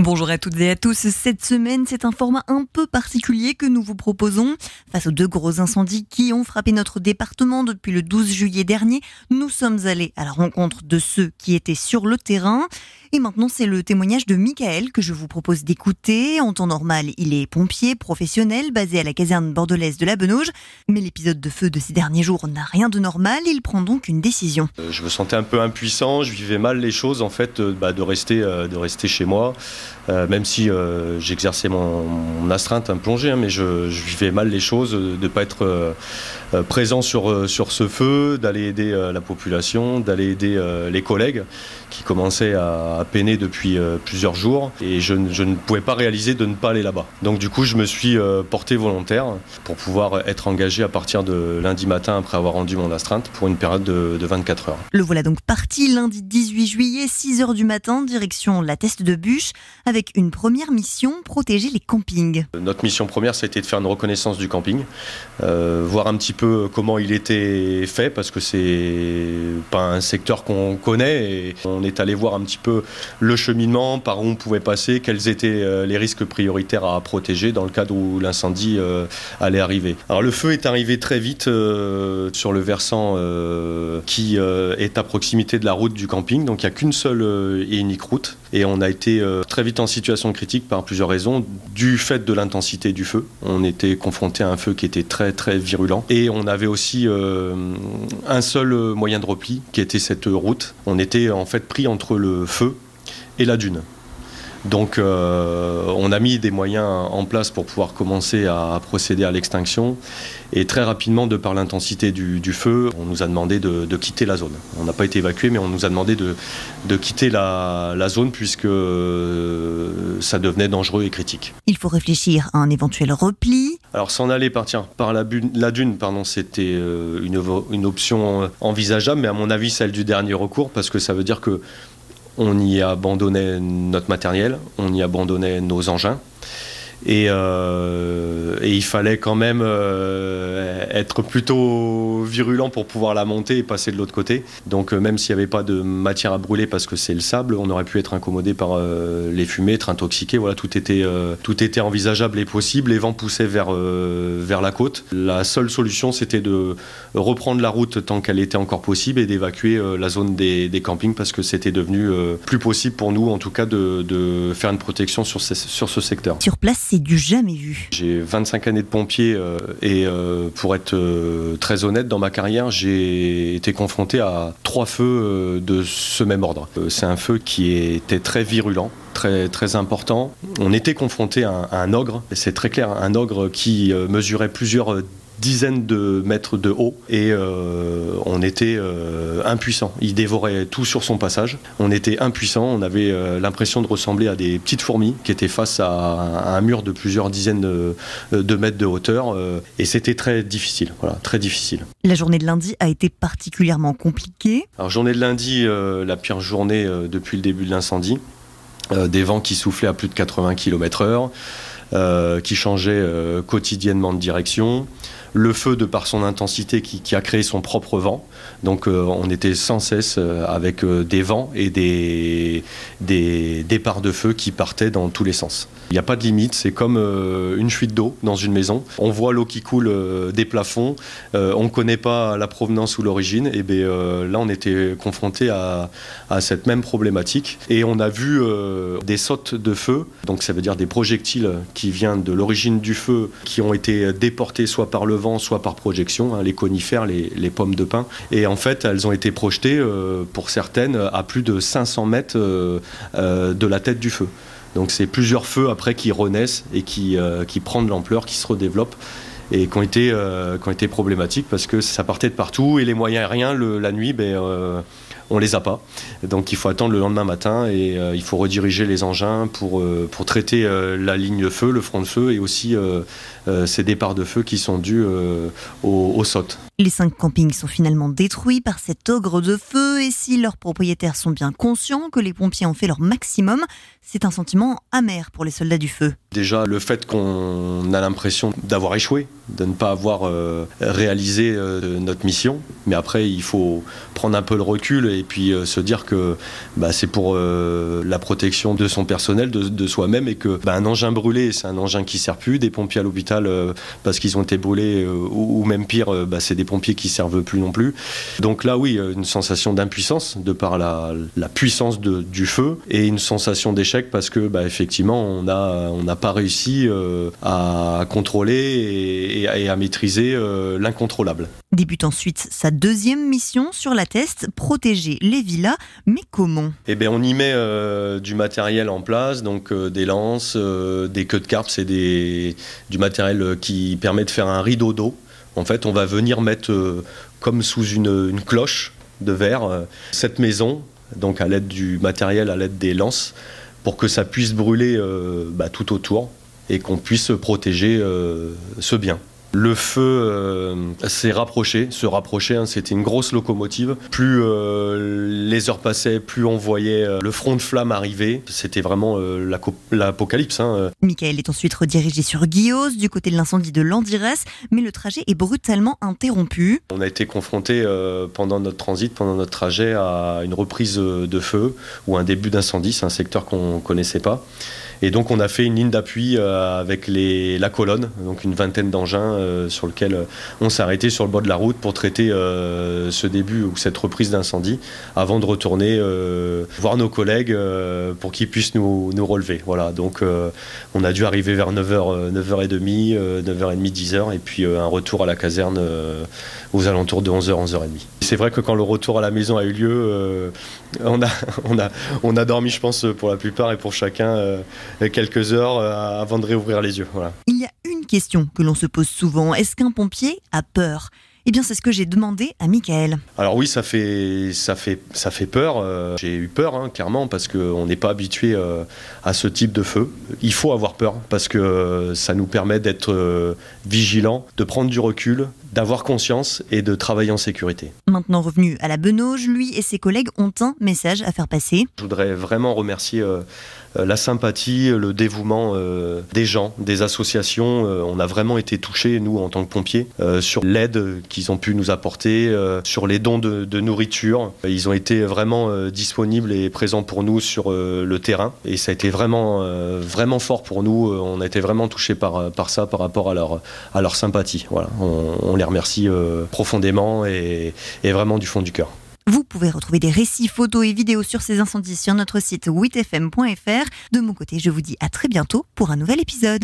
Bonjour à toutes et à tous. Cette semaine, c'est un format un peu particulier que nous vous proposons. Face aux 2 gros incendies qui ont frappé notre département depuis le 12 juillet dernier, nous sommes allés à la rencontre de ceux qui étaient sur le terrain. Et maintenant, c'est le témoignage de Michael que je vous propose d'écouter. En temps normal, il est pompier professionnel basé à la caserne bordelaise de la Benauge. Mais l'épisode de feu de ces derniers jours n'a rien de normal. Il prend donc une décision. Je me sentais un peu impuissant, je vivais mal les choses en fait, de rester chez moi. Même si j'exerçais mon astreinte, plongée, mais je vivais mal les choses, de ne pas être présent sur ce feu, d'aller aider la population, d'aller aider les collègues qui commençaient à peiner depuis plusieurs jours, et je ne pouvais pas réaliser de ne pas aller là-bas. Donc du coup, je me suis porté volontaire pour pouvoir être engagé à partir de lundi matin après avoir rendu mon astreinte pour une période de 24 heures. Le voilà donc parti lundi 18 juillet, 6h du matin, direction la Teste de Buch, avec une première mission, protéger les campings. Notre mission première, ça a été de faire une reconnaissance du camping, voir un petit peu comment il était fait, parce que c'est pas un secteur qu'on connaît, et on est allé voir un petit peu le cheminement, par où on pouvait passer, quels étaient les risques prioritaires à protéger dans le cadre où l'incendie allait arriver. Alors le feu est arrivé très vite sur le versant qui est à proximité de la route du camping, donc il n'y a qu'une seule et unique route, et on a été très vite en situation critique par plusieurs raisons, du fait de l'intensité du feu. On était confronté à un feu qui était très très virulent, et on avait aussi un seul moyen de repli qui était cette route. On était en fait pris entre le feu et la dune. Donc on a mis des moyens en place pour pouvoir commencer à procéder à l'extinction, et très rapidement, de par l'intensité du feu, on nous a demandé de quitter la zone. On n'a pas été évacué, mais on nous a demandé de quitter la zone, puisque ça devenait dangereux et critique. Il faut réfléchir à un éventuel repli. Alors s'en aller partir par la dune, c'était une option envisageable, mais à mon avis celle du dernier recours, parce que ça veut dire que on y abandonnait notre matériel, on y abandonnait nos engins, et il fallait quand même être plutôt virulent pour pouvoir la monter et passer de l'autre côté. Donc même s'il n'y avait pas de matière à brûler, parce que c'est le sable, on aurait pu être incommodé par les fumées, être intoxiqué. Voilà, tout était envisageable et possible. Les vents poussaient vers la côte. La seule solution, c'était de reprendre la route tant qu'elle était encore possible, et d'évacuer la zone des campings, parce que c'était devenu plus possible pour nous, en tout cas, de faire une protection sur ce secteur. Sur place, c'est du jamais vu. J'ai 25 années de pompier, et pour être très honnête, dans ma carrière, j'ai été confronté à 3 feux de ce même ordre. C'est un feu qui était très virulent, très, très important. On était confronté à un ogre, et c'est très clair, un ogre qui mesurait plusieurs dizaines de mètres de haut, et on était impuissants. Il dévorait tout sur son passage. On était impuissants, on avait l'impression de ressembler à des petites fourmis qui étaient face à un mur de plusieurs dizaines de mètres de hauteur, et c'était très difficile, voilà, très difficile. La journée de lundi a été particulièrement compliquée. Alors journée de lundi, la pire journée depuis le début de l'incendie. Des vents qui soufflaient à plus de 80 km/h, qui changeaient quotidiennement de direction. Le feu, de par son intensité, qui a créé son propre vent. Donc on était sans cesse avec des vents et des départs de feu qui partaient dans tous les sens. Il n'y a pas de limite, c'est comme une fuite d'eau dans une maison. On voit l'eau qui coule des plafonds, on ne connaît pas la provenance ou l'origine. Et bien là, on était confronté à cette même problématique. Et on a vu des sautes de feu, donc ça veut dire des projectiles qui viennent de l'origine du feu, qui ont été déportés soit par le vent, soit par projection, les conifères, les pommes de pin. Et en fait, elles ont été projetées, pour certaines, à plus de 500 mètres de la tête du feu. Donc c'est plusieurs feux après qui renaissent et qui prennent de l'ampleur, qui se redéveloppent, et qui ont été problématiques, parce que ça partait de partout, et les moyens aériens, la nuit, on les a pas. Donc il faut attendre le lendemain matin, et il faut rediriger les engins pour traiter la ligne de feu, le front de feu, et aussi ces départs de feu qui sont dus au sautes. Les 5 campings sont finalement détruits par cet ogre de feu et si leurs propriétaires sont bien conscients que les pompiers ont fait leur maximum, c'est un sentiment amer pour les soldats du feu. Déjà, le fait qu'on a l'impression d'avoir échoué, de ne pas avoir réalisé notre mission. Mais après, il faut prendre un peu le recul et puis se dire que c'est pour la protection de son personnel, de soi-même, et que un engin brûlé, c'est un engin qui ne sert plus. Des pompiers à l'hôpital, parce qu'ils ont été brûlés, ou même pire, c'est des pompiers qui ne servent plus non plus. Donc là, oui, une sensation d'impuissance de par la puissance du feu et une sensation d'échec parce que effectivement, on n'a pas réussi à contrôler et à maîtriser l'incontrôlable. Débute ensuite sa deuxième mission sur la Teste, protéger les villas. Mais comment ? On y met du matériel en place, donc des lances, des queues de carpe, c'est du matériel qui permet de faire un rideau d'eau. En fait, on va venir mettre comme sous une cloche de verre cette maison, donc à l'aide du matériel, à l'aide des lances, pour que ça puisse brûler tout autour et qu'on puisse protéger ce bien. Le feu s'est rapproché, c'était une grosse locomotive. Plus les heures passaient, plus on voyait le front de flamme arriver. C'était vraiment l'apocalypse. Michael est ensuite redirigé sur Guillos, du côté de l'incendie de Landiras, mais le trajet est brutalement interrompu. On a été confronté pendant notre transit, pendant notre trajet, à une reprise de feu ou un début d'incendie. C'est un secteur qu'on ne connaissait pas. Et donc on a fait une ligne d'appui avec la colonne, donc une vingtaine d'engins sur lequel on s'est arrêté sur le bord de la route pour traiter ce début ou cette reprise d'incendie avant de retourner voir nos collègues pour qu'ils puissent nous relever. Voilà, donc on a dû arriver vers 9h, 9h30, 9h30, 10h et puis un retour à la caserne aux alentours de 11h, 11h30. C'est vrai que quand le retour à la maison a eu lieu, on a dormi, je pense, pour la plupart et pour chacun quelques heures avant de réouvrir les yeux. Voilà. Il y a une question que l'on se pose souvent. Est-ce qu'un pompier a peur ? Eh bien, c'est ce que j'ai demandé à Michael. Alors oui, ça fait peur. J'ai eu peur, clairement, parce qu'on n'est pas habitué à ce type de feu. Il faut avoir peur, parce que ça nous permet d'être vigilants, de prendre du recul, d'avoir conscience et de travailler en sécurité. Maintenant revenu à la Benauge, lui et ses collègues ont un message à faire passer. Je voudrais vraiment remercier la sympathie, le dévouement des gens, des associations. On a vraiment été touchés, nous, en tant que pompiers, sur l'aide qu'ils ont pu nous apporter, sur les dons de nourriture. Ils ont été vraiment disponibles et présents pour nous sur le terrain. Et ça a été vraiment, vraiment fort pour nous. On a été vraiment touchés par ça, par rapport à leur sympathie. Voilà. On les remercie profondément et vraiment du fond du cœur. Vous pouvez retrouver des récits, photos et vidéos sur ces incendies sur notre site 8fm.fr. De mon côté, je vous dis à très bientôt pour un nouvel épisode.